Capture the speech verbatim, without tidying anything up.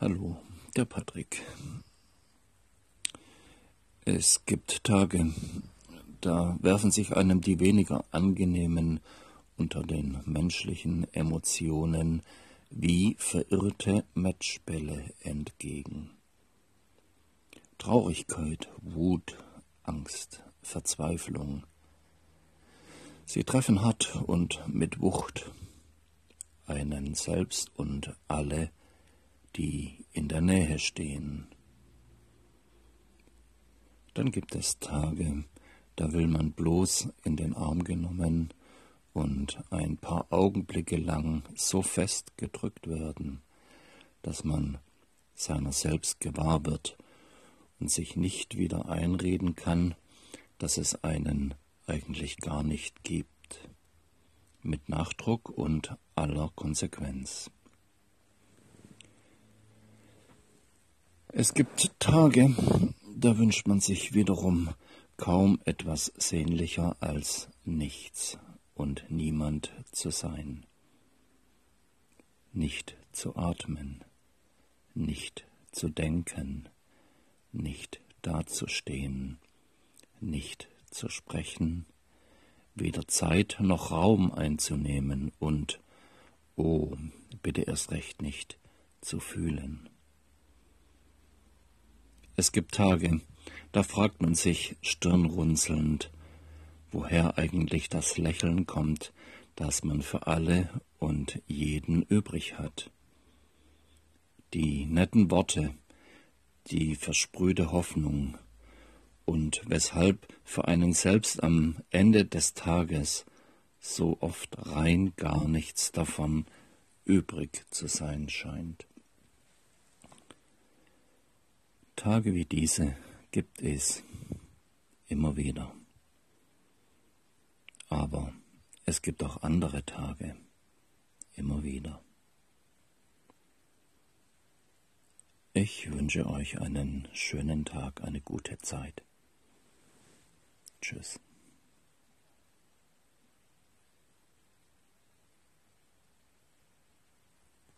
Hallo, der Patrick. Es gibt Tage, da werfen sich einem die weniger angenehmen unter den menschlichen Emotionen wie verirrte Matschbälle entgegen. Traurigkeit, Wut, Angst, Verzweiflung. Sie treffen hart und mit Wucht einen selbst und alle, die in der Nähe stehen. Dann gibt es Tage, da will man bloß in den Arm genommen und ein paar Augenblicke lang so fest gedrückt werden, dass man seiner selbst gewahr wird und sich nicht wieder einreden kann, dass es einen eigentlich gar nicht gibt, mit Nachdruck und aller Konsequenz. Es gibt Tage, da wünscht man sich wiederum kaum etwas sehnlicher als nichts und niemand zu sein, nicht zu atmen, nicht zu denken, nicht dazustehen, nicht zu sprechen, weder Zeit noch Raum einzunehmen und, oh, bitte erst recht nicht, zu fühlen. Es gibt Tage, da fragt man sich stirnrunzelnd, woher eigentlich das Lächeln kommt, das man für alle und jeden übrig hat. Die netten Worte, die versprühte Hoffnung und weshalb für einen selbst am Ende des Tages so oft rein gar nichts davon übrig zu sein scheint. Tage wie diese gibt es immer wieder. Aber es gibt auch andere Tage, immer wieder. Ich wünsche euch einen schönen Tag, eine gute Zeit. Tschüss.